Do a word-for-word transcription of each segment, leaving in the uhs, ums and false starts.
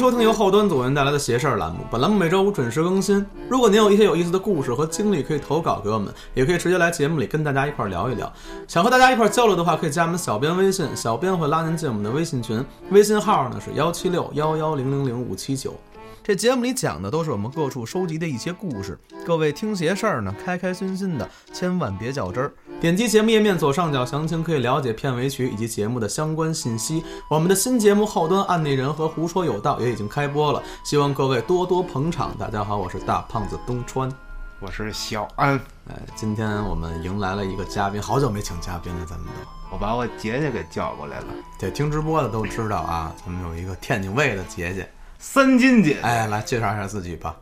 收听由后端组为您带来的邪事儿栏目，本栏目每周五准时更新。如果您有一些有意思的故事和经历，可以投稿给我们，也可以直接来节目里跟大家一块聊一聊。想和大家一块交流的话，可以加我们小编微信，小编会拉您进我们的微信群，微信号呢是幺七六幺幺零零零五七九。这节目里讲的都是我们各处收集的一些故事，各位听邪事儿呢，开开心心的，千万别较真儿。点击节目页面左上角详情，可以了解片尾曲以及节目的相关信息。我们的新节目《后端案内人》和《胡说有道》也已经开播了，希望各位多多捧场。大家好，我是大胖子东川， 我是小安。 哎，今天我们迎来了一个嘉宾，好久没请嘉宾了，咱们都。 我把我姐姐给叫过来了。 对，听直播的都知道啊，咱们有一个天津卫的姐姐。 三金姐姐， 哎，来介绍一下自己吧。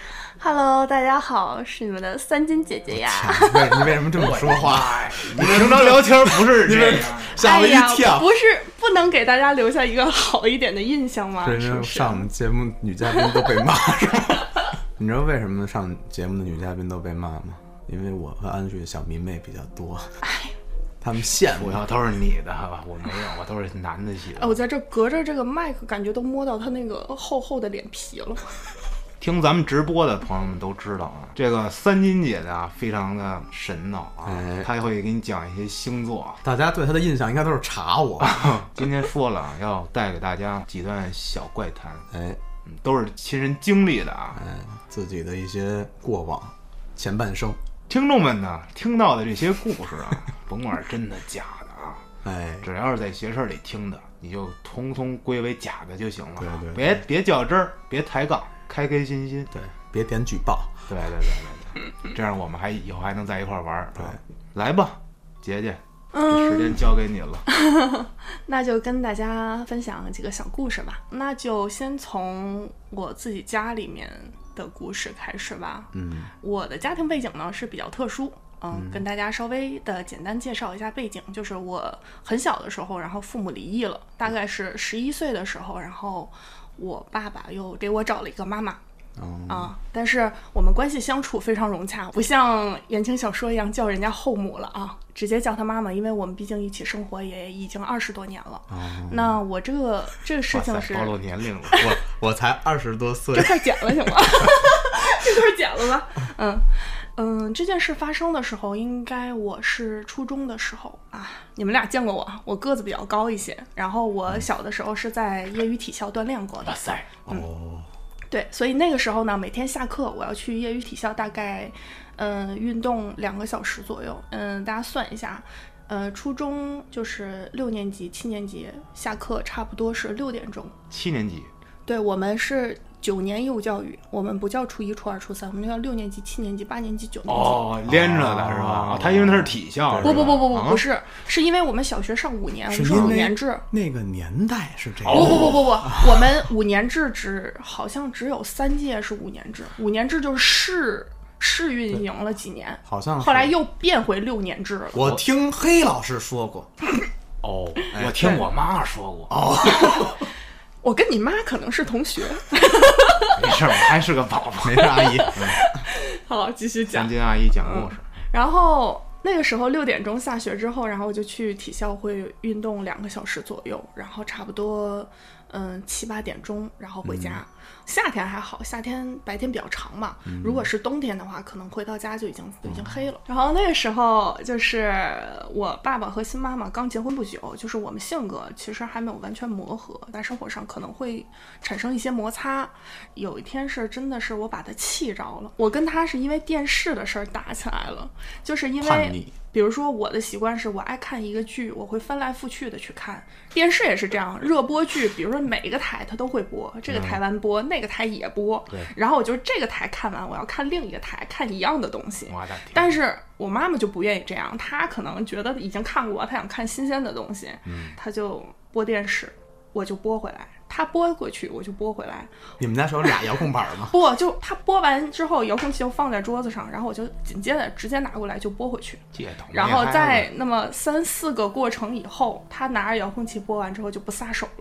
Hello， 大家好，是你们的三金姐姐呀。 为你为什么这么说话？ 你平常聊天不是这样， 吓我一跳。 哎、不是不能给大家留下一个好一点的印象吗？ 是因为上我们节目女嘉宾都被骂，是吧？你知道为什么上节目的女嘉宾都被骂吗？因为我和安旭小迷妹比较多。哎。他们羡慕， 主要都是你的吧？我没有，我都是男的喜欢。 我在这隔着这个麦克，感觉都摸到他那个厚厚的脸皮了。 听咱们直播的朋友们都知道啊，这个三金姐的啊，非常的神脑啊，哎、她会给你讲一些星座。 大家对她的印象应该都是查我。 今天说了，要带给大家几段小怪谈， 哎， 都是亲身经历的啊， 哎，自己的一些过往，前半生。 听众们呢，听到的这些故事啊，甭管是真的假的啊， 哎， 只要是在邪事里听的，你就通通归为假的就行了。 对 对, 对， 别别较真儿，别抬杠，开开心心。 对，别点举报。 对对对对对，这样我们还以后还能在一块玩。 对， 来吧，姐姐， 嗯， 时间交给你了。 那就跟大家分享几个小故事吧。那就先从我自己家里面的故事开始吧。 嗯， 我的家庭背景呢是比较特殊，嗯，嗯跟大家稍微的简单介绍一下背景。就是我很小的时候，然后父母离异了，大概是十一岁的时候，然后我爸爸又给我找了一个妈妈。 嗯、 啊，但是我们关系相处非常融洽，不像言情小说一样叫人家后母了啊，直接叫她妈妈，因为我们毕竟一起生活也已经二十多年了。 哦、 那我这个这个事情是暴露年龄了， 我我才二十多岁， 这块剪了行吗？这块剪了吧。嗯嗯，这件事发生的时候，应该我是初中的时候啊。你们俩见过我，我个子比较高一些，然后我小的时候是在业余体校锻炼过的。 哇塞， 嗯、 哦。 对，所以那个时候呢，每天下课我要去业余体校，大概嗯运动两个小时左右。嗯，大家算一下，呃，初中就是六年级、七年级下课差不多是六点钟。 七年级？ 对，我们是九年义务教育，我们不叫初一、初二、初三，我们叫六年级、七年级、八年级、九年级。 哦，连着的是吧？他、哦、因为他是体校。 不不不不不、 啊、 不是，是因为我们小学上五年，我们是五年制。 那个年代是这样。 不不不不不，我们五年制只好像只有三届是五年制，五年制就是试试运营了几年， 好像后来又变回六年制了。 我听黑老师说过。 哦，我听我妈说过。 哦。 我跟你妈可能是同学。 没事，我还是个宝宝。 没事，阿姨。 嗯、好，继续讲。 三金阿姨讲故事、 嗯。然后那个时候六点钟下学之后，然后我就去体校会运动两个小时左右，然后差不多嗯七八点钟，然后回家。嗯、夏天还好，夏天白天比较长嘛。嗯、如果是冬天的话，可能回到家就已经已经黑了。然后那个时候就是我爸爸和新妈妈刚结婚不久，就是我们性格其实还没有完全磨合，在生活上可能会产生一些摩擦。有一天是真的是我把他气着了，我跟他是因为电视的事儿打起来了，就是因为比如说我的习惯是我爱看一个剧，我会翻来覆去的去看，电视也是这样，热播剧比如说每一个台它都会播，这个台湾播、嗯、那个台也播，然后我就这个台看完我要看另一个台看一样的东西，但是我妈妈就不愿意这样，她可能觉得已经看过，她想看新鲜的东西、嗯、她就播电视，我就播回来，他播过去我就播回来。 你们家是有俩遥控板吗？ 不，就他播完之后遥控器就放在桌子上，然后我就紧接着直接拿过来就播回去，然后在那么三四个过程以后，他拿着遥控器播完之后就不撒手了，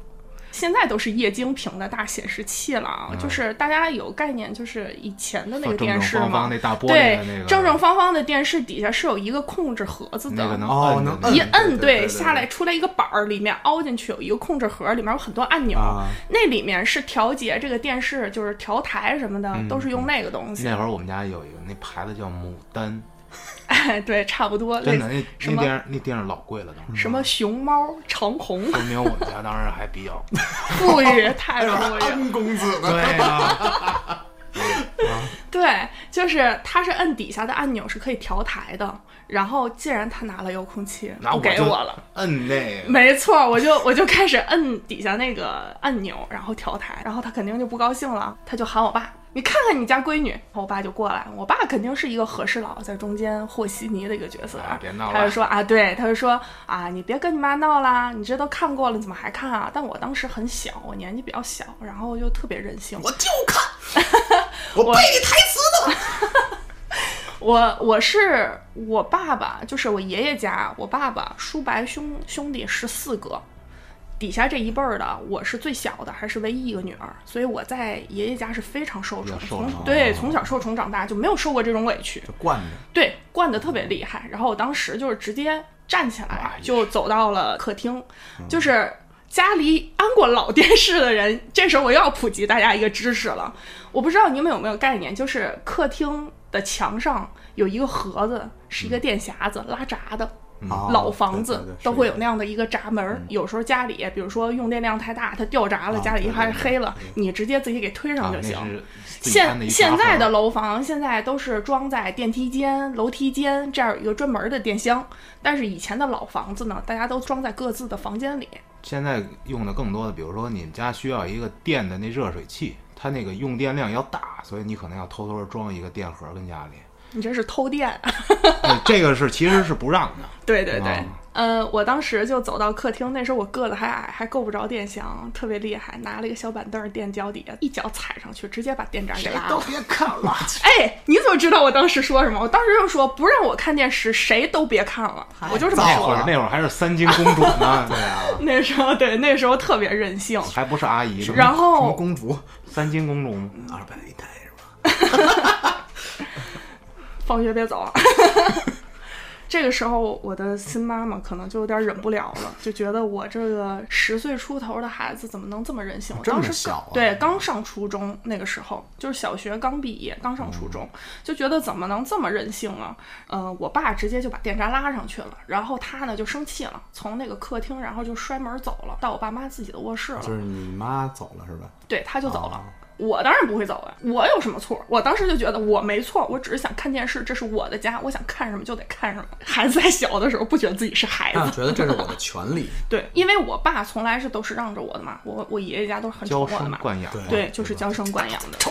现在都是液晶屏的大显示器了啊、嗯，就是大家有概念，就是以前的那个电视嘛， 正正方方那大玻璃对， 那个正正方方的电视底下是有一个控制盒子的， 那个能哦，能摁一摁， 对， 下来出来一个板儿，里面凹进去有一个控制盒，里面有很多按钮， 啊、 那里面是调节这个电视，就是调台什么的， 嗯、 都是用那个东西。 那会儿我们家有一个那牌子叫牡丹。 哎，对，差不多。 真的，那那电视那电视老贵了，当时。什么熊猫、长虹， 说明我们家当时还比较富裕，太富裕。 安公子呢？ 对啊。 对，就是它是摁底下的按钮是可以调台的，然后既然他拿了遥控器不给我了， 摁那个， 没错，我就我就开始摁底下那个按钮，然后调台，然后他肯定就不高兴了，他就喊我爸。你看看你家闺女，我爸就过来，我爸肯定是一个和事佬，在中间和稀泥的一个角色。 啊、别闹了。 他就说啊，对，他就说啊，你别跟你妈闹啦，你这都看过了，你怎么还看啊？但我当时很小，我年纪比较小，然后就特别任性， 我就看，我背你台词呢。 我我是我爸爸，就是我爷爷家，我爸爸叔伯兄兄弟十四个。底下这一辈儿的，我是最小的，还是唯一一个女儿，所以我在爷爷家是非常受宠，从对从小受宠长大，就没有受过这种委屈， 就惯着， 对，惯得特别厉害。然后我当时就是直接站起来就走到了客厅， 嗯、 就是家里安过老电视的人，这时候我又要普及大家一个知识了，我不知道你们有没有概念，就是客厅的墙上有一个盒子，是一个电匣子，拉闸的。 嗯、 老房子对对对都会有那样的一个闸门、 嗯、 有时候家里比如说用电量太大它掉闸了、啊、家里一还黑了，你直接自己给推上就行、 啊、 现现在的楼房现在都是装在电梯间楼梯间，这样有一个专门的电箱，但是以前的老房子呢，大家都装在各自的房间里。 现在用的更多的比如说你们家需要一个电的那热水器，它那个用电量要大，所以你可能要偷偷的装一个电盒跟家里。 你这是偷电这个是其实是不让的。 对对对、嗯、呃，我当时就走到客厅，那时候我个子还矮，还够不着电箱，特别厉害，拿了一个小板凳垫脚底下，一脚踩上去，直接把电闸给拉了。 都别看了。 哎，你怎么知道我当时说什么？我当时就说不让我看电视，谁都别看了，我就这么说了。那会儿还是三金公主呢。对啊， 那时候对，那时候特别任性， 还不是阿姨。 然后什么公主？ 三金公主吗？ 二百一台是吧？ 放学别走了。这个时候我的新妈妈可能就有点忍不了了，就觉得我这个十岁出头的孩子怎么能这么任性。我当时小、啊、 对刚上初中，那个时候就是小学刚毕业刚上初中、嗯、就觉得怎么能这么任性啊。呃，我爸直接就把电闸拉上去了，然后他呢就生气了，从那个客厅然后就摔门走了，到我爸妈自己的卧室了。 就是你妈走了是吧？ 对，他就走了、 哦， 我当然不会走啊，我有什么错？我当时就觉得我没错，我只是想看电视，这是我的家，我想看什么就得看什么。孩子在小的时候不觉得自己是孩子， 觉得这是我的权利。 对，因为我爸从来是都是让着我的嘛，我我爷爷家都是很宠我的嘛， 娇生惯养， 对，对就是娇生惯养的。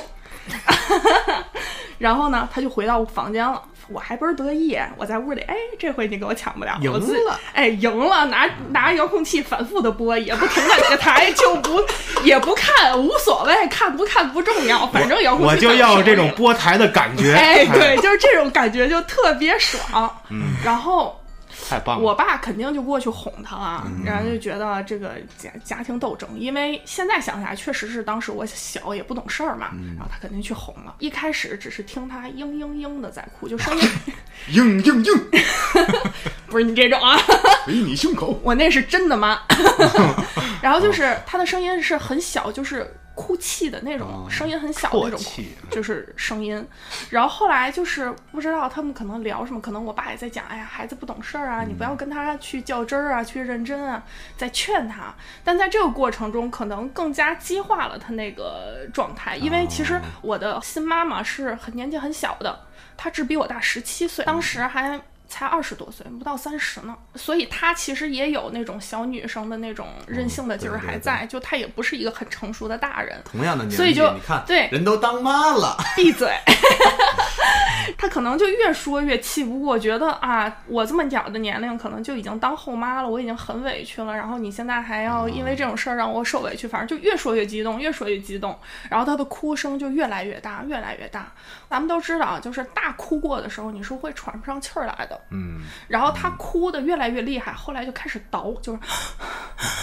然后呢，他就回到房间了。我还不是得意，我在屋里，哎，这回你给我抢不了， 赢了， 哎，赢了，拿拿遥控器反复的播，也不停在哪个台，就不也不看，无所谓，看不看不重要，反正遥控器我就要这种播台的感觉， 哎，对，就是这种感觉就特别爽，嗯，然后。 太棒了！ 我爸肯定就过去哄他了， 嗯、 然后就觉得这个家家庭斗争，因为现在想起来，确实是当时我小也不懂事儿嘛、嗯，然后他肯定去哄了。一开始只是听他嘤嘤嘤的在哭，就声音嘤嘤嘤， 不是你这种啊， 捶你胸口， 我那是真的妈。然后就是他的声音是很小，就是哭泣的那种，声音很小的那种，就是声音。然后后来就是不知道他们可能聊什么，可能我爸也在讲，哎呀，孩子不懂事儿啊，你不要跟他去较真儿啊，去认真啊，在劝他。但在这个过程中，可能更加激化了他那个状态，因为其实我的新妈妈是很年纪很小的，她只比我大十七岁，当时还才二十多岁，不到三十呢，所以她其实也有那种小女生的那种任性的劲儿还在、嗯、对对对，就她也不是一个很成熟的大人， 同样的年纪， 所以就你看， 对， 人都当妈了， 闭嘴。她可能就越说越气不过，觉得啊，我这么小的年龄可能就已经当后妈了，我已经很委屈了，然后你现在还要因为这种事儿让我受委屈，反正就越说越激动，越说越激动，然后她的哭声就越来越大，越来越大。咱们都知道，就是大哭过的时候，你是会喘不上气儿来的。 嗯， 然后他哭的越来越厉害，后来就开始倒，就是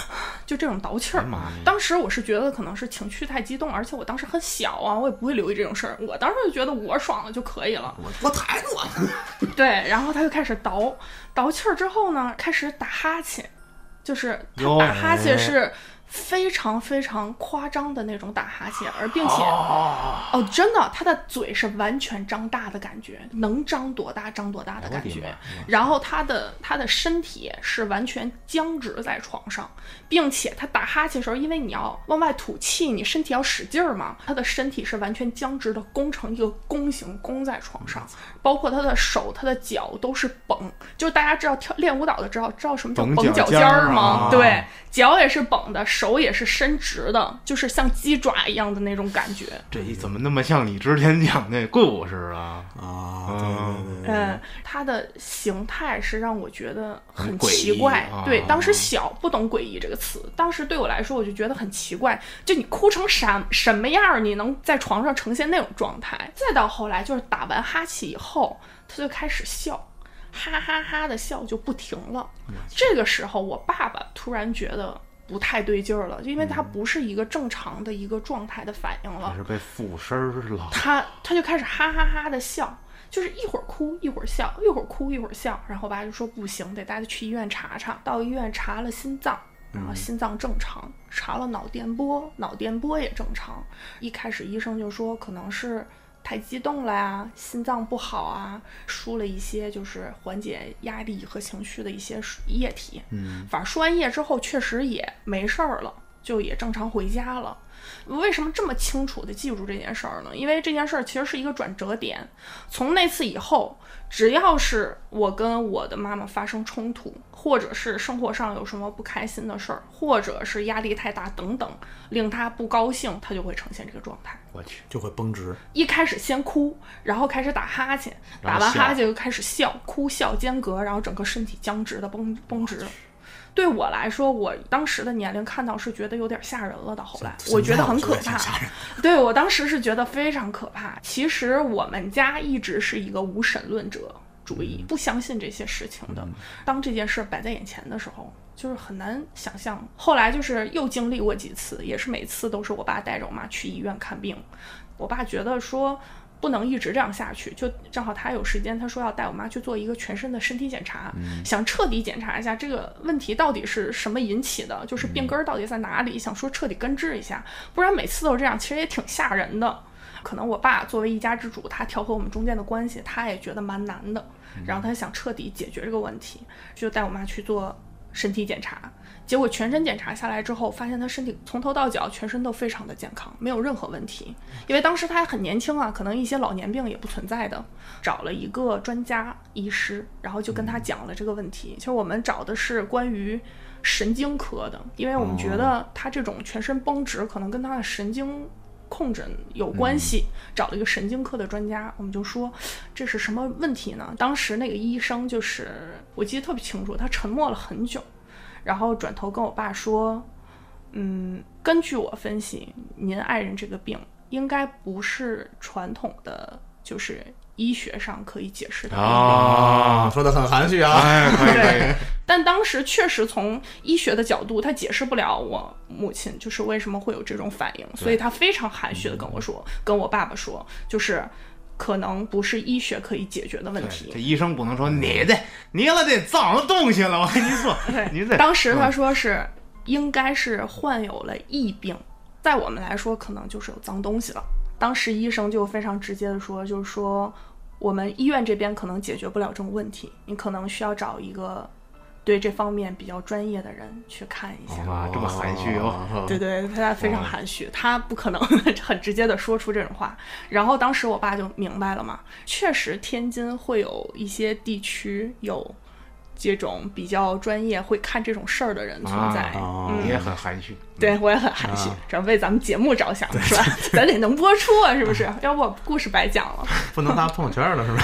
就这种倒气儿。当时我是觉得可能是情绪太激动，而且我当时很小啊，我也不会留意这种事儿。我当时就觉得我爽了就可以了， 我我抬着我。对， 然后他就开始倒倒气儿之后呢，开始打哈欠，就是他打哈欠是非常非常夸张的那种打哈欠，而并且哦，真的，他的嘴是完全张大的感觉，能张多大张多大的感觉。然后他的他的身体是完全僵直在床上，并且他打哈欠的时候，因为你要往外吐气，你身体要使劲儿嘛，他的身体是完全僵直的，弓成一个弓形弓在床上，包括他的手、他的脚都是绷，就是大家知道跳练舞蹈的知道知道什么叫绷脚尖儿吗？对，脚也是绷的，手也是伸直的，就是像鸡爪一样的那种感觉。 这怎么那么像你之前讲那故事啊？ 啊，对对对， 嗯，它的形态是让我觉得很奇怪。啊、对，当时小不懂诡异这个词，当时对我来说我就觉得很奇怪，就你哭成什什么样，你能在床上呈现那种状态？再到后来就是打完哈气以后，他就开始笑。哈哈哈的笑就不停了。这个时候我爸爸突然觉得不太对劲儿了，因为他不是一个正常的一个状态的反应了， 是被附身了。 他他就开始哈哈哈的笑，就是一会儿哭一会儿笑，一会儿哭一会儿笑。然后我爸就说不行，得带他去医院查查。到医院查了心脏，然后心脏正常，查了脑电波，脑电波也正常。一开始医生就说可能是太激动了呀，心脏不好啊，输了一些就是缓解压力和情绪的一些液体。嗯，反正输完液之后确实也没事儿了，就也正常回家了。为什么这么清楚的记住这件事儿呢？因为这件事儿其实是一个转折点。从那次以后，只要是我跟我的妈妈发生冲突，或者是生活上有什么不开心的事儿，或者是压力太大等等，令她不高兴，她就会呈现这个状态。 我去， 就会绷直。 一开始先哭，然后开始打哈欠，打完哈欠就开始笑，哭笑间隔，然后整个身体僵直的绷绷直。对我来说，我当时的年龄看到是觉得有点吓人了，到后来我觉得很可怕。对，我当时是觉得非常可怕。其实我们家一直是一个无神论者主义，不相信这些事情的。当这件事摆在眼前的时候，就是很难想象。后来就是又经历过几次，也是每次都是我爸带着我妈去医院看病。我爸觉得说不能一直这样下去，就正好他有时间，他说要带我妈去做一个全身的身体检查，嗯、想彻底检查一下这个问题到底是什么引起的，就是病根到底在哪里，嗯、想说彻底根治一下，不然每次都是这样，其实也挺吓人的。可能我爸作为一家之主，他调和我们中间的关系，他也觉得蛮难的，然后他想彻底解决这个问题，就带我妈去做身体检查。结果全身检查下来之后，发现他身体从头到脚全身都非常的健康，没有任何问题。因为当时他还很年轻啊，可能一些老年病也不存在的。找了一个专家医师，然后就跟他讲了这个问题。其实我们找的是关于神经科的，因为我们觉得他这种全身绷直可能跟他的神经控制有关系，找了一个神经科的专家。我们就说这是什么问题呢？当时那个医生就是我记得特别清楚，他沉默了很久，然后转头跟我爸说，嗯，根据我分析，您爱人这个病应该不是传统的就是医学上可以解释的啊，说的很含蓄啊。 哎，可以可以。 但当时确实从医学的角度，他解释不了我母亲就是为什么会有这种反应，所以他非常含蓄的跟我说，跟我爸爸说，就是可能不是医学可以解决的问题。 这医生不能说你这你了这脏的东西了，我跟你说，你这当时他说是应该是患有了疫病，在我们来说可能就是有脏东西了。当时医生就非常直接的说，就是说我们医院这边可能解决不了这种问题，你可能需要找一个对这方面比较专业的人去看一下。 哇，这么含蓄哦！ 对对，他非常含蓄，他不可能很直接的说出这种话。然后当时我爸就明白了嘛，确实天津会有一些地区有这种比较专业会看这种事儿的人存在。 啊嗯、你也很含蓄。 对，我也很含蓄，只要、啊、为咱们节目着想，是吧？咱得能播出啊，是不是？要不我故事白讲了， 不能发朋友圈了，是吧？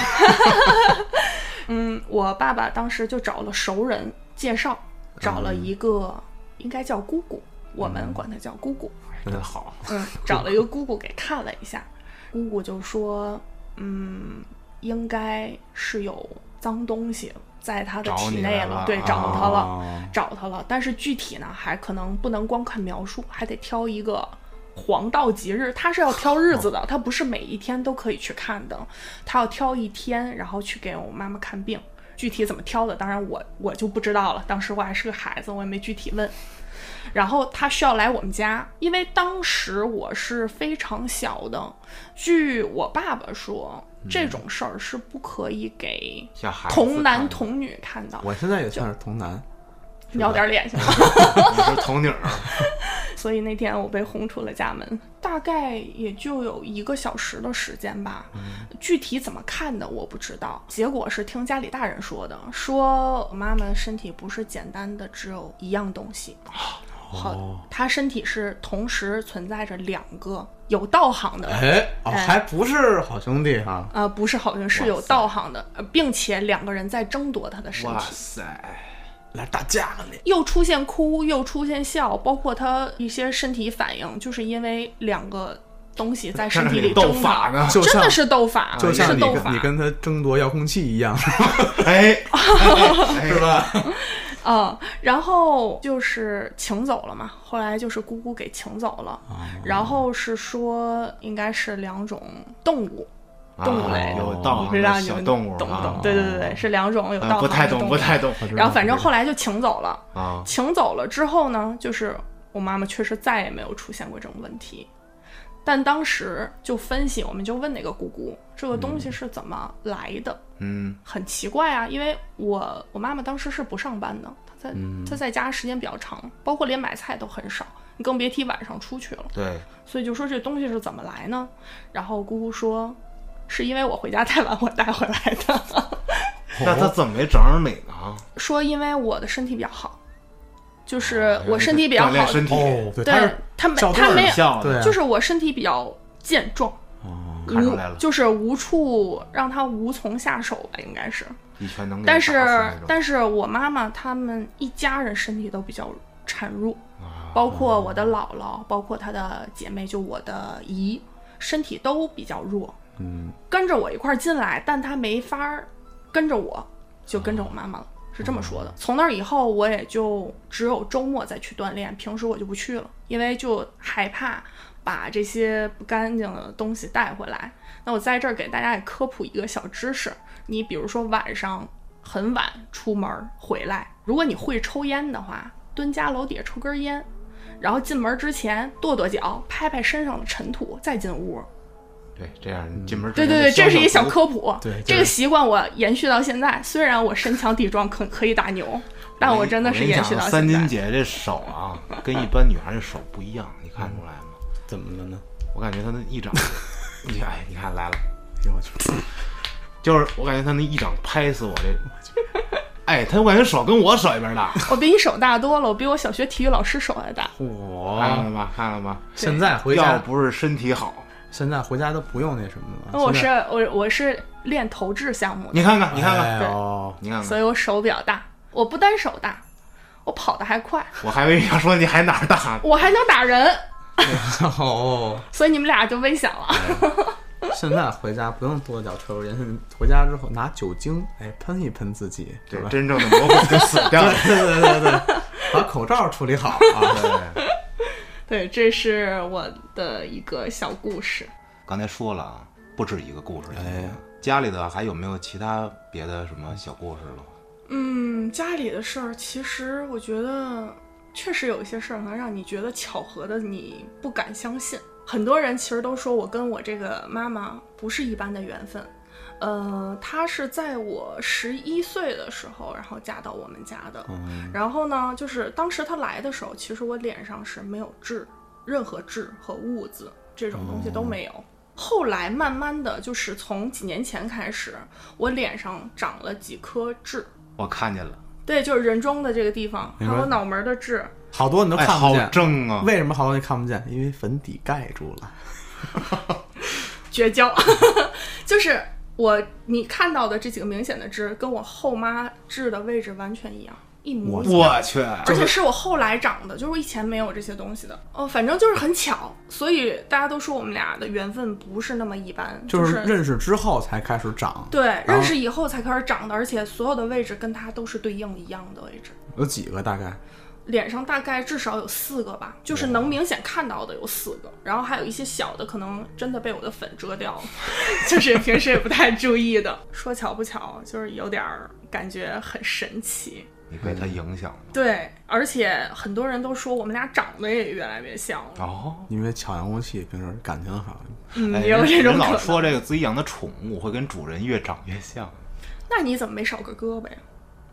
嗯，我爸爸当时就找了熟人介绍，找了一个、嗯、应该叫姑姑，我们管她叫姑姑， 真好。 嗯，找了一个姑姑给看了一下，姑姑就说，嗯，应该是有脏东西， 在他的体内了，对，找他了、哦，找他了。但是具体呢，还可能不能光看描述，还得挑一个黄道吉日，他是要挑日子的，他不是每一天都可以去看的，他要挑一天，然后去给我妈妈看病。具体怎么挑的，当然我我就不知道了，当时我还是个孩子，我也没具体问。然后他需要来我们家，因为当时我是非常小的，据我爸爸说、嗯、这种事儿是不可以给童男童女看到。 我现在也算是童男， 要点脸行吗？ 你是童女。 所以那天我被轰出了家门，大概也就有一个小时的时间吧、嗯、具体怎么看的我不知道，结果是听家里大人说的，说我妈妈的身体不是简单的只有一样东西，好，她身体是同时存在着两个有道行的， 哎、哦、还不是好兄弟哈、啊， 呃，不是好兄弟，是有道行的，并且两个人在争夺她的身体。 哇塞， 来打架了你！ 又出现哭，又出现笑，包括他一些身体反应，就是因为两个东西在身体里争斗法呢， 真的是斗法， 就像你是斗法， 你跟他争夺遥控器一样， 哎，哎是吧？ 嗯，然后就是请走了嘛，后来就是姑姑给请走了，哦、然后是说应该是两种动物。动物类、 啊、有道行的小动物， 懂不懂、 啊？ 对对对对，是两种有道行的动物、 啊、不太懂，不太懂。 然后反正后来就请走了啊， 请走了之后呢，就是我妈妈确实再也没有出现过这种问题。但当时就分析，我们就问那个姑姑，这个东西是怎么来的？ 嗯， 很奇怪啊，因为我我妈妈当时是不上班的，她在、嗯、她在家时间比较长，包括连买菜都很少，你更别提晚上出去了。 对， 所以就说这东西是怎么来呢？然后姑姑说。是因为我回家太晚，我带回来的。 那他怎么没找上你呢？ 说因为我的身体比较好，就是我身体比较好， 锻炼身体。 哦、 对，他没他没有， 对、啊， 就是我身体比较健壮， 哦，看出来了， 就是无处让他无从下手吧，应该是。 一拳能给但是但是我妈妈他们一家人身体都比较孱弱， 啊、 包括我的姥姥，包括她的姐妹，就我的姨，身体都比较弱。 嗯， 跟着我一块进来，但他没法跟着我，就跟着我妈妈了，哦、是这么说的。从那以后，我也就只有周末再去锻炼，平时我就不去了，因为就害怕把这些不干净的东西带回来。那我在这儿给大家也科普一个小知识，你比如说晚上很晚出门回来，如果你会抽烟的话，蹲家楼底下抽根烟，然后进门之前跺跺脚，拍拍身上的尘土，再进屋。 对，这样进门。 对对对，这是一小科普。 对， 这个习惯我延续到现在。虽然我身强体壮，可可以打牛，但我真的是延续到现在。 三金姐这手啊，跟一般女孩的手不一样，你看出来吗？ 怎么了呢？ 我感觉她那一掌，你看，哎，你看来了，我去，就是我感觉她那一掌拍死我这。哎，他我感觉手跟我手一边大， 我比你手大多了，我比我小学体育老师手还大。 嚯， 看了吧，看了吧。 现在回家要不是身体好。 现在回家都不用那什么了。 我是我我是练投掷项目的。 你看看，你看看， 哎哦， 你看看， 所以我手比较大。我不单手大，我跑得还快。 我还以为要说你还哪儿大， 我还能打人。 哦， 所以你们俩就危险了。 现在回家不用跺脚抽烟，回家之后拿酒精，哎，喷一喷自己， 对，真正的魔鬼就死掉了。 对对对对对，把口罩处理好啊。 对。 对，这是我的一个小故事。 刚才说了啊，不止一个故事。 哎， 家里的还有没有其他别的什么小故事了？ 嗯，家里的事儿，其实我觉得确实有一些事儿能让你觉得巧合的，你不敢相信。很多人其实都说我跟我这个妈妈不是一般的缘分。呃，她是在我十一岁的时候，然后嫁到我们家的。 嗯、 然后呢，就是当时她来的时候，其实我脸上是没有痣，任何痣和痦子这种东西都没有。嗯、后来慢慢的就是从几年前开始，我脸上长了几颗痣。 我看见了。 对，就是人中的这个地方，还有脑门的痣。 好多你都看不见。 哎、好正啊！ 为什么好多你看不见？因为粉底盖住了。 绝交。就是我你看到的这几个明显的痣，跟我后妈痣的位置完全一样。 一模一样。 我去， 而且是我后来长的，就是我以前没有这些东西的。哦，反正就是很巧，所以大家都说我们俩的缘分不是那么一般， 就是认识之后才开始长。 对，认识以后才开始长的，而且所有的位置跟它都是对应一样的位置。 有几个大概？ 脸上大概至少有四个吧，就是能明显看到的有四个，然后还有一些小的可能真的被我的粉遮掉了，就是平时也不太注意的。说巧不巧，就是有点感觉很神奇。 你被他影响了。 对，而且很多人都说我们俩长得也越来越像了。 哦， 因为抢遥控器平时感情好。 嗯， 哎、 也有这种可能。 人老说这个自己养的宠物会跟主人越长越像。 那你怎么没少个胳膊呀？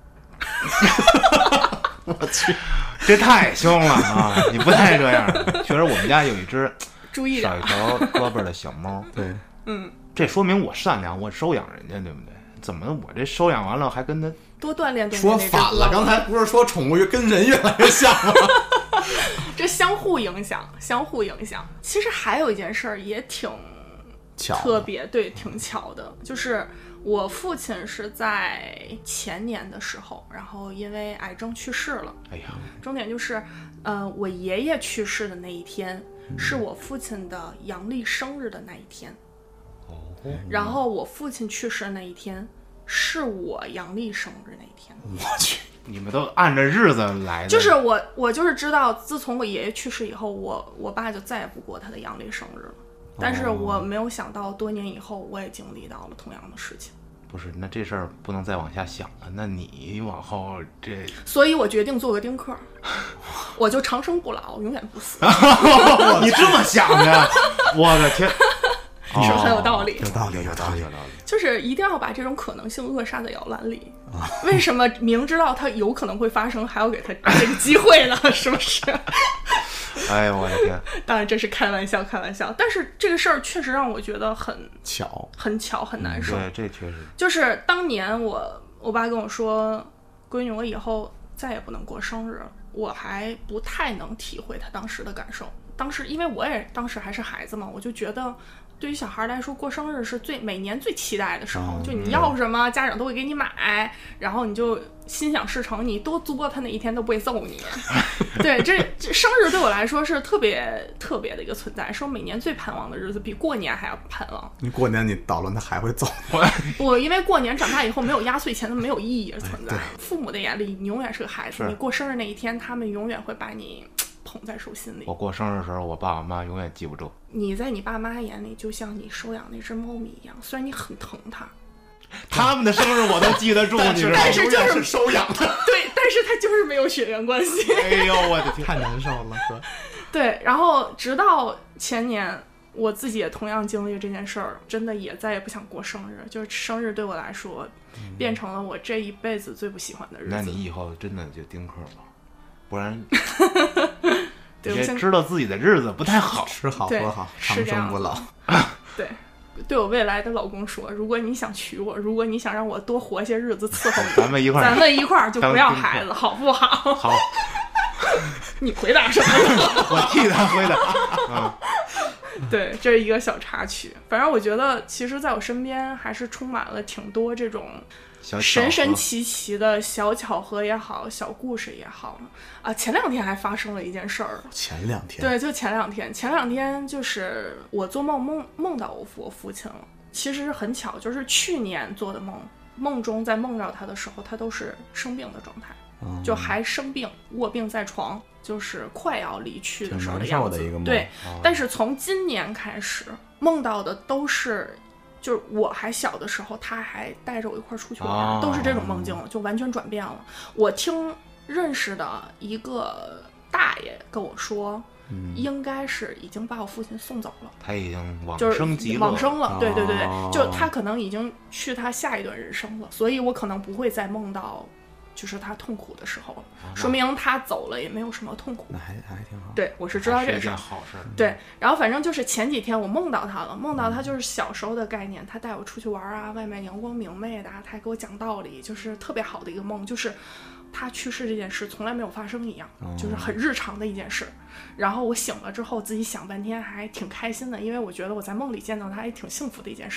我去， 这太凶了啊！你不带这样的。确实，我们家有一只注意少一条胳膊的小猫。 对， 嗯， 这说明我善良，我收养人家，对不对？怎么我这收养完了还跟他多锻炼锻炼？ 说反了，刚才不是说宠物跟人越来越像吗？ 这相互影响，相互影响。其实还有一件事儿也挺特别，对，挺巧的，就是我父亲是在前年的时候，然后因为癌症去世了。 哎呀， 重点就是，呃，我爷爷去世的那一天，是我父亲的阳历生日的那一天。 哦。 然后我父亲去世的那一天，是我阳历生日那一天。 我去， 你们都按着日子来的。 就是我，我就是知道，自从我爷爷去世以后，我我爸就再也不过他的阳历生日了。但是我没有想到，多年以后我也经历到了同样的事情。 不是，那这事儿不能再往下想了。那你往后这， 所以我决定做个丁克，我就长生不老，永远不死。 你这么想的？我的天， 是不是很有道理？ 有道理，有道理， 有道理。 就是一定要把这种可能性扼杀在摇篮里。为什么明知道它有可能会发生，还要给它这个机会呢？是不是？ 哎呦我的天！ 当然这是开玩笑，开玩笑。但是这个事儿确实让我觉得很巧， 很巧，很难受。 对，这确实。 就是当年我我爸跟我说，闺女，我以后再也不能过生日了，我还不太能体会他当时的感受。当时因为我也当时还是孩子嘛，我就觉得对于小孩来说，过生日是最每年最期待的时候， 嗯、 就你要什么，家长都会给你买，然后你就心想事成，你多作他那一天都不会揍你。对，这这生日对我来说是特别特别的一个存在，是我每年最盼望的日子，比过年还要盼望。 你过年你捣乱他还会揍我因为过年长大以后没有压岁钱，它没有意义的存在。 哎、 父母的眼里，你永远是个孩子，你过生日那一天，他们永远会把你捧在手心里。 我过生日的时候，我爸我妈永远记不住。 你在你爸妈眼里，就像你收养那只猫咪一样，虽然你很疼它， 他们的生日我都记得住，你知道吗？ 但是就是是收养的， 对，但是它就是没有血缘关系。 哎呦我的天， 太难受了，哥。 对，然后直到前年，我自己也同样经历这件事儿，真的也再也不想过生日，就是生日对我来说，嗯、变成了我这一辈子最不喜欢的日子。 那你以后真的就丁克吧，不然。 对， 你知道自己的日子不太好， 吃好喝好，长生不老。 对，对我未来的老公说，如果你想娶我，如果你想让我多活些日子伺候你， 咱们一块儿， 咱们一块儿就不要孩子，好不好？ 好。 你回答什么？ 我替他回答。嗯， 对，这是一个小插曲。反正我觉得，其实在我身边还是充满了挺多这种神神奇奇的小巧合也好，小故事也好啊。前两天还发生了一件事儿。 前两天？ 对，就前两天。前两天就是我做梦梦梦到我父我父亲了。其实很巧，就是去年做的梦，梦中在梦到他的时候，他都是生病的状态，嗯、就还生病，卧病在床，就是快要离去的时候的样子。 的一个梦对， 哦、 但是从今年开始，梦到的都是。就是我还小的时候，他还带着我一块出去玩，哦、都是这种梦境了，就完全转变了。我听认识的一个大爷跟我说，嗯、应该是已经把我父亲送走了， 他已经往生极乐， 往生了。对对对对， 哦、 就他可能已经去他下一段人生了，所以我可能不会再梦到。就是他痛苦的时候了， 哦、 说明他走了也没有什么痛苦， 那还还挺好。 对，我是知道这事儿， 好事。 对，然后反正就是前几天我梦到他了，梦到他就是小时候的概念，他带我出去玩啊，外面阳光明媚的，他还给我讲道理，就是特别好的一个梦，就是他去世这件事从来没有发生一样， 嗯、 就是很日常的一件事。然后我醒了之后自己想半天还挺开心的，因为我觉得我在梦里见到他也挺幸福的一件事情。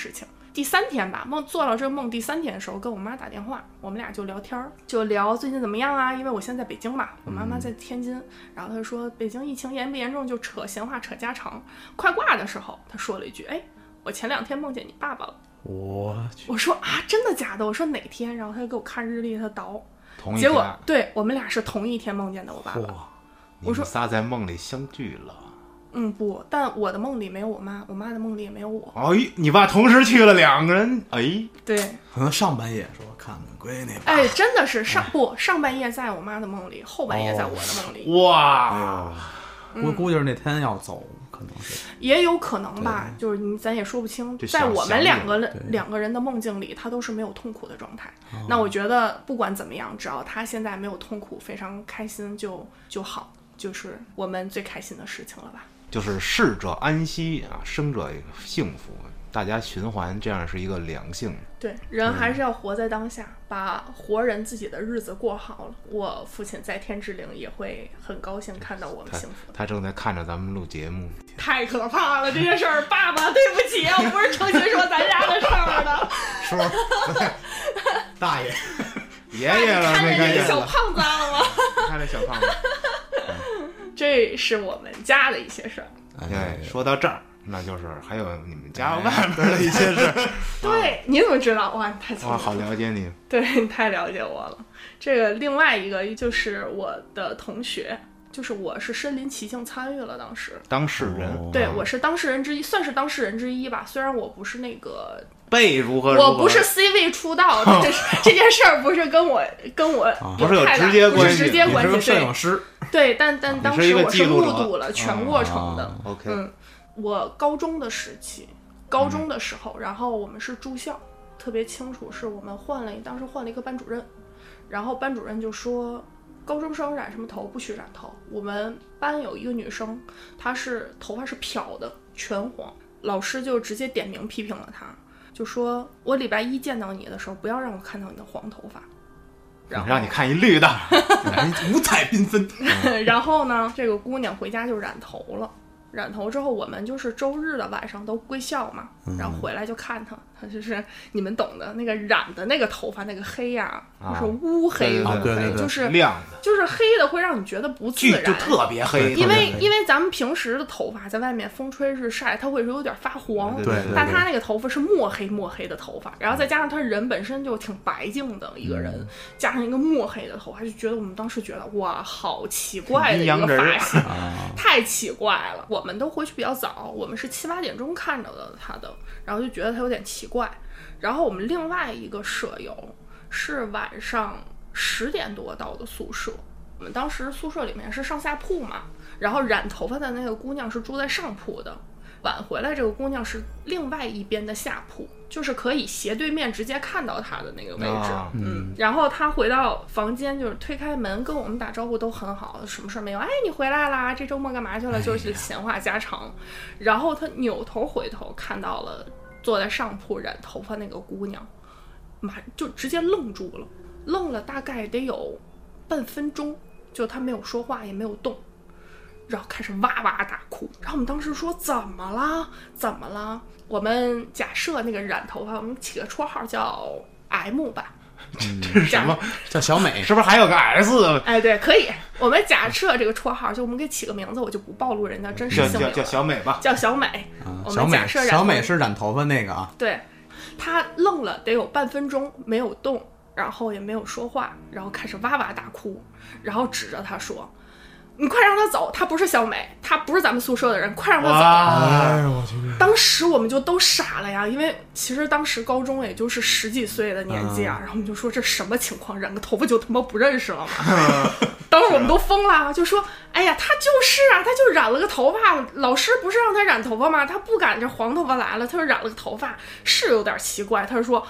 第三天吧，梦做到这个梦第三天的时候，跟我妈打电话，我们俩就聊天，就聊最近怎么样啊？因为我现在在北京嘛，我妈妈在天津，然后她说北京疫情严不严重，就扯闲话扯家常。快挂的时候，她说了一句：“哎，我前两天梦见你爸爸了。” 我去， 我说啊，真的假的？我说哪天？然后她就给我看日历，她倒。 同一结果对我们俩是同一天梦见的我爸爸。 我说仨在梦里相聚了。 嗯，不，但我的梦里没有我妈，我妈的梦里也没有我。 哎，你爸同时去了两个人，哎， 对， 可能上半夜说看看闺女吧。 哎，真的是上不上半夜在我妈的梦里，后半夜在我的梦里。 哦、哇， 我、嗯、估计是那天要走，可能是也有可能吧，就是你咱也说不清。在我们两个两个人的梦境里，他都是没有痛苦的状态。那我觉得不管怎么样，只要他现在没有痛苦，非常开心就就好，就是我们最开心的事情了吧。 就是逝者安息啊，生者幸福，大家循环，这样是一个良性。 对，人还是要活在当下，嗯、把活人自己的日子过好了。我父亲在天之灵也会很高兴看到我们幸福他。他正在看着咱们录节目， 太可怕了这件事儿！爸爸，对不起，我不是诚心说咱家的事儿的。 叔，大爷，爷爷了， 看没看见小胖子了吗？ 看这小胖子。 这是我们家的一些事儿。 哎，说到这儿，那就是还有你们家外边的一些事。 对，你怎么知道？哇，你太聪明了！ 哇，好了解你。 对，你太了解我了。这个另外一个就是我的同学，就是我是身临其境参与了当时。 当事人。 哦、 对，我是当事人之一，算是当事人之一吧。虽然我不是那个。 被如何如何？ 我不是 C 位出道的，这这件事儿不是跟我跟我不是有直接关系， 直接关系。 摄影师对，但但当时我是目睹了全过程的。 啊、OK， 嗯，我高中的时期，高中的时候，嗯、然后我们是住校，特别清楚，是我们换了，当时换了一个班主任，然后班主任就说，高中生染什么头不许染头。我们班有一个女生，她是头发是漂的，全黄，老师就直接点名批评了她。就说我礼拜一见到你的时候，不要让我看到你的黄头发，然后让你看一绿的， 五彩缤纷。 然后呢，这个姑娘回家就染头了。染头之后，我们就是周日的晚上都归校嘛，然后回来就看她，她就是你们懂的那个染的那个头发那个黑呀、啊，就是乌黑乌黑，就是亮的， 就是黑的会让你觉得不自然， 就特别黑。 因为因为咱们平时的头发在外面风吹日晒，它会有点发黄， 对， 但她那个头发是墨黑墨黑的头发，然后再加上她人本身就挺白净的一个人，嗯、加上一个墨黑的头发，就觉得我们当时觉得哇，好奇怪的一个发型，太奇怪了。我们都回去比较早，我们是七八点钟看着的他的，然后就觉得他有点奇怪。然后我们另外一个舍友是晚上十点多到的宿舍，我们当时宿舍里面是上下铺嘛，然后染头发的那个姑娘是住在上铺的，晚回来这个姑娘是另外一边的下铺，就是可以斜对面直接看到她的那个位置、啊、嗯，然后她回到房间就是推开门跟我们打招呼都很好，什么事没有，哎你回来啦，这周末干嘛去了，就是闲话家常。然后她扭头回头看到了坐在上铺染头发那个姑娘，马就直接愣住了，愣了大概得有半分钟，就她没有说话也没有动，然后开始哇哇大哭。然后我们当时说怎么了怎么了，我们假设那个染头发我们起个绰号叫 M 吧、 嗯、这是什么叫小美， 是不是还有个 S？ 哎对，可以，我们假设这个绰号就我们给起个名字，我就不暴露人家真实姓名了， 叫小美吧， 叫小美、嗯、我们假设小美是染头发那个啊。 对，她愣了得有半分钟没有动，然后也没有说话，然后开始哇哇大哭，然后指着她说你快让他走，他不是小美，他不是咱们宿舍的人，快让他走。 哎我去！ 当时我们就都傻了呀，因为其实当时高中也就是十几岁的年纪啊，嗯、然后我们就说这什么情况，染个头发就他妈不认识了嘛。当时我们都疯了，就说哎呀，他就是啊，他就染了个头发，老师不是让他染头发吗？他不敢这黄头发来了，他就染了个头发，是有点奇怪。他就说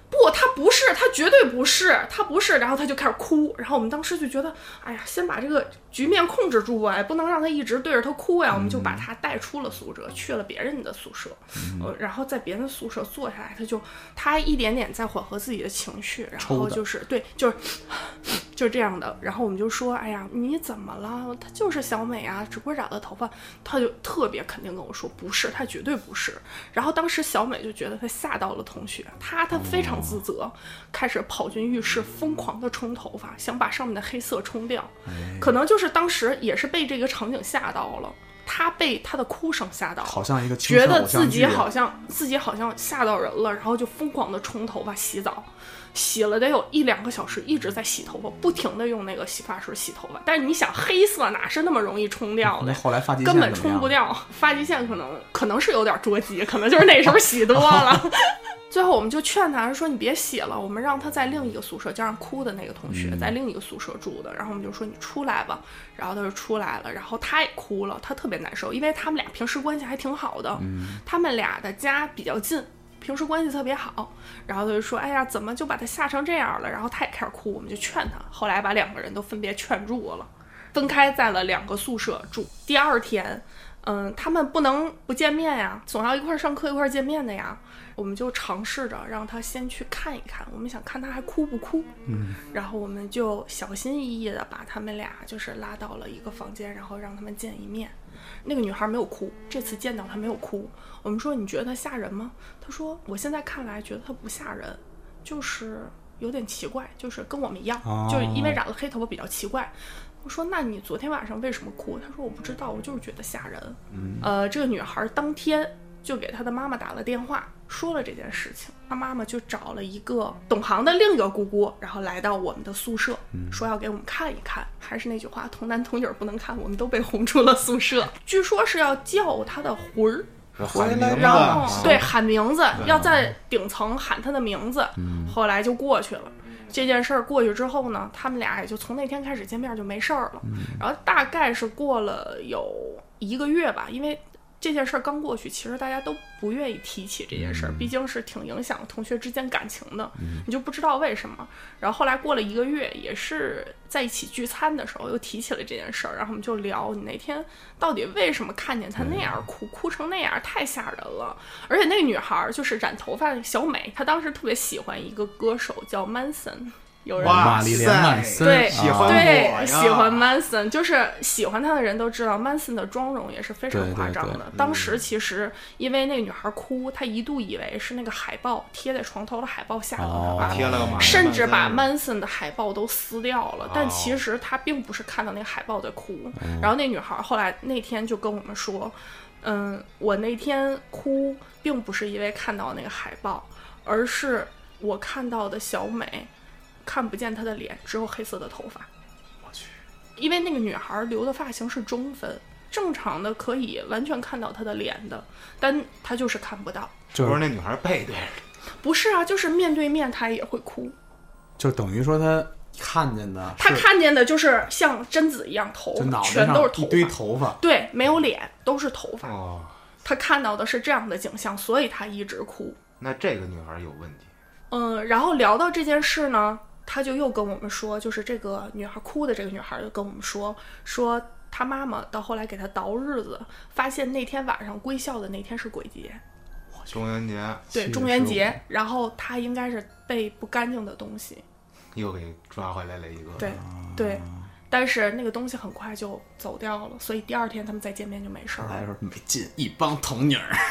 不，他不是，他绝对不是，他不是。然后他就开始哭，然后我们当时就觉得，哎呀，先把这个局面控制住啊，不能让他一直对着他哭呀。我们就把他带出了宿舍，去了别人的宿舍，呃，然后在别人的宿舍坐下来，他就他一点点在缓和自己的情绪，然后就是对，就是就是这样的。然后我们就说，哎呀，你怎么了？他就是小美啊，只不过染了头发。他就特别肯定跟我说，不是，他绝对不是。然后当时小美就觉得他吓到了同学，他他非常自责，开始跑进浴室疯狂的冲头发，想把上面的黑色冲掉。可能就是当时也是被这个场景吓到了，他被他的哭声吓到了， 好像一个觉得自己好像自己好像吓到人了，然后就疯狂的冲头发洗澡，洗了得有一两个小时，一直在洗头发，不停的用那个洗发水洗头发。但是你想，黑色哪是那么容易冲掉的？ 后来发际线根本冲不掉，发际线可能可能是有点捉急，可能就是那时候洗多了。最后我们就劝他说，你别洗了，我们让他在另一个宿舍，就让哭的那个同学在另一个宿舍住的。然后我们就说你出来吧，然后他就出来了，然后他也哭了，他特别难受，因为他们俩平时关系还挺好的，他们俩的家比较近，平时关系特别好。然后他就说，哎呀，怎么就把他吓成这样了？然后他也开始哭，我们就劝他，后来把两个人都分别劝住了，分开在了两个宿舍住。第二天嗯，他们不能不见面呀，总要一块上课一块见面的呀。我们就尝试着让他先去看一看，我们想看他还哭不哭。嗯，然后我们就小心翼翼的把他们俩就是拉到了一个房间，然后让他们见一面。那个女孩没有哭，这次见到她没有哭。我们说你觉得她吓人吗？她说我现在看来觉得她不吓人，就是有点奇怪，就是跟我们一样，哦、就是因为染了黑头发比较奇怪。我说那你昨天晚上为什么哭？她说我不知道，我就是觉得吓人。嗯，呃，这个女孩当天就给她的妈妈打了电话，说了这件事情。她妈妈就找了一个懂行的另一个姑姑，然后来到我们的宿舍，嗯、说要给我们看一看。还是那句话，童男童女不能看，我们都被轰出了宿舍。据说是要叫她的魂儿。 喊名字， 然后对喊名字，要在顶层喊他的名字。嗯、后来就过去了。这件事儿过去之后呢，他们俩也就从那天开始见面就没事儿了。嗯、然后大概是过了有一个月吧，因为这件事儿刚过去，其实大家都不愿意提起这件事儿，嗯、毕竟是挺影响同学之间感情的。嗯、你就不知道为什么。然后后来过了一个月，也是在一起聚餐的时候又提起了这件事儿，然后我们就聊你那天到底为什么看见他那样哭，哭成那样，太吓人了。而且那个女孩就是染头发的小美，她当时特别喜欢一个歌手叫 Manson。有人玛丽莲曼森， 对， 喜欢对，喜欢 Manson， 就是喜欢他的人都知道 Manson 的妆容也是非常夸张的。 对对对， 当时其实因为那个女孩哭，她一度以为是那个海报贴在床头的海报吓到她， 哦、 甚至把 Manson 的海报都撕掉了。哦、但其实她并不是看到那个海报在哭。哦、然后那女孩后来那天就跟我们说，嗯，我那天哭并不是因为看到那个海报，而是我看到的小美。看不见她的脸，只有黑色的头发。 我去， 因为那个女孩留的发型是中分，正常的可以完全看到她的脸的，但她就是看不到。 就是那女孩背对着。 不是啊，就是面对面她也会哭。 就等于说她看见的， 她看见的就是像贞子一样头发，全都是头发， 一堆头发， 对，没有脸，都是头发。 哦， 她看到的是这样的景象，所以她一直哭。 那这个女孩有问题。 嗯，然后聊到这件事呢。他就又跟我们说，就是这个女孩哭的这个女孩就跟我们说，说她妈妈到后来给她倒日子，发现那天晚上归校的那天是鬼节， 中元节， 对，中元节，然后她应该是被不干净的东西又给抓回来了一个， 对对，但是那个东西很快就走掉了，所以第二天他们再见面就没事了。 来说没劲，一帮童女儿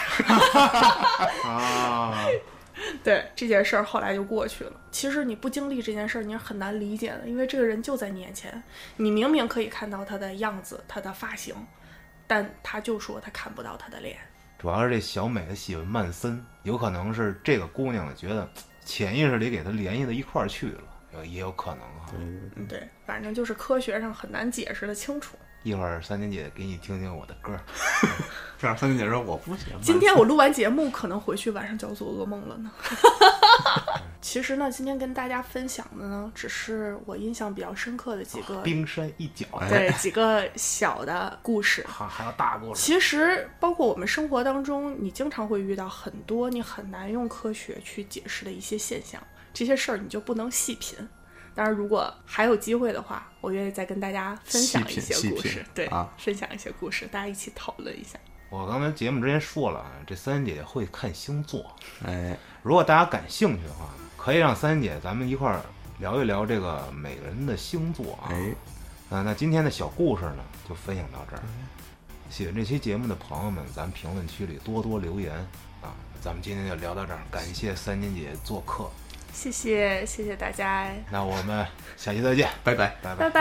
啊。 对，这件事儿后来就过去了。其实你不经历这件事儿，你是很难理解的，因为这个人就在你眼前，你明明可以看到他的样子、他的发型，但他就说他看不到他的脸。 主要是这小美的喜欢曼森，有可能是这个姑娘觉得潜意识里给他联系到一块儿去了，也有可能啊。 对对对，对，反正就是科学上很难解释的清楚。 一会儿三金姐给你听听我的歌， 这样三金姐说我不行。 今天我录完节目，可能回去晚上就要做噩梦了呢。 其实呢，今天跟大家分享的呢，只是我印象比较深刻的几个、 哦、冰山一角， 对，几个小的故事， 还还有大故事。 其实包括我们生活当中，你经常会遇到很多你很难用科学去解释的一些现象，这些事儿你就不能细品。当然，如果还有机会的话，我愿意再跟大家分享一些故事，对、啊，分享一些故事，大家一起讨论一下。 我刚才节目之前说了，这三姐姐会看星座， 哎， 如果大家感兴趣的话，可以让三姐咱们一块儿聊一聊这个每个人的星座啊。 哎， 啊，那今天的小故事呢，就分享到这儿。喜欢这期节目的朋友们，咱们评论区里多多留言啊。咱们今天就聊到这儿，感谢三姐姐做客。 谢谢，谢谢大家。 那我们下期再见， 拜拜， 拜拜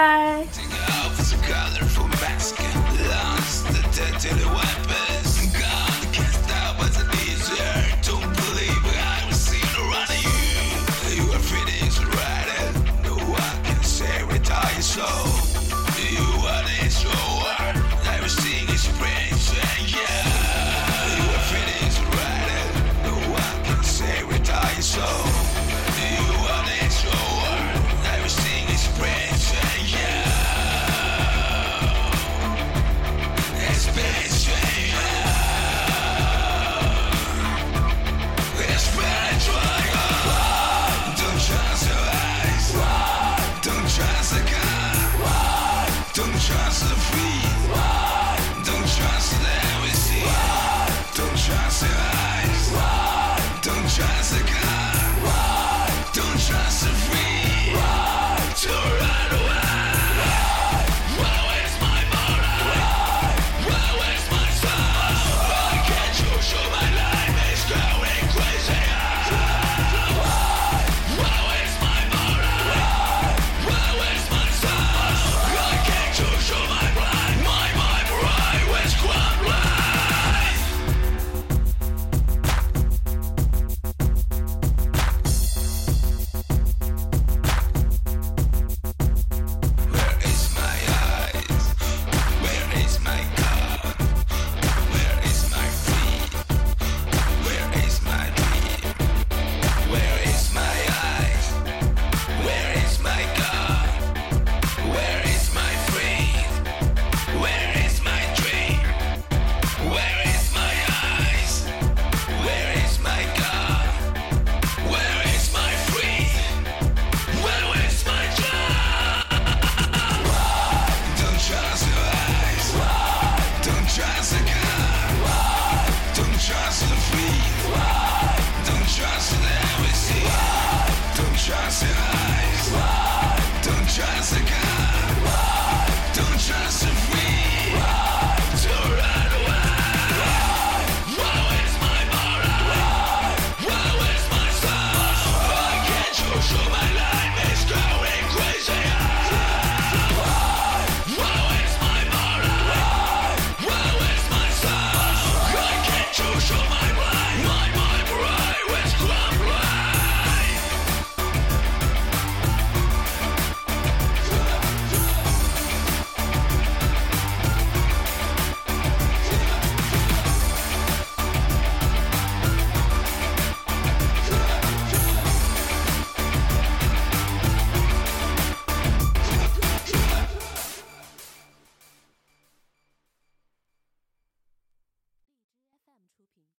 拜。Don't trust the free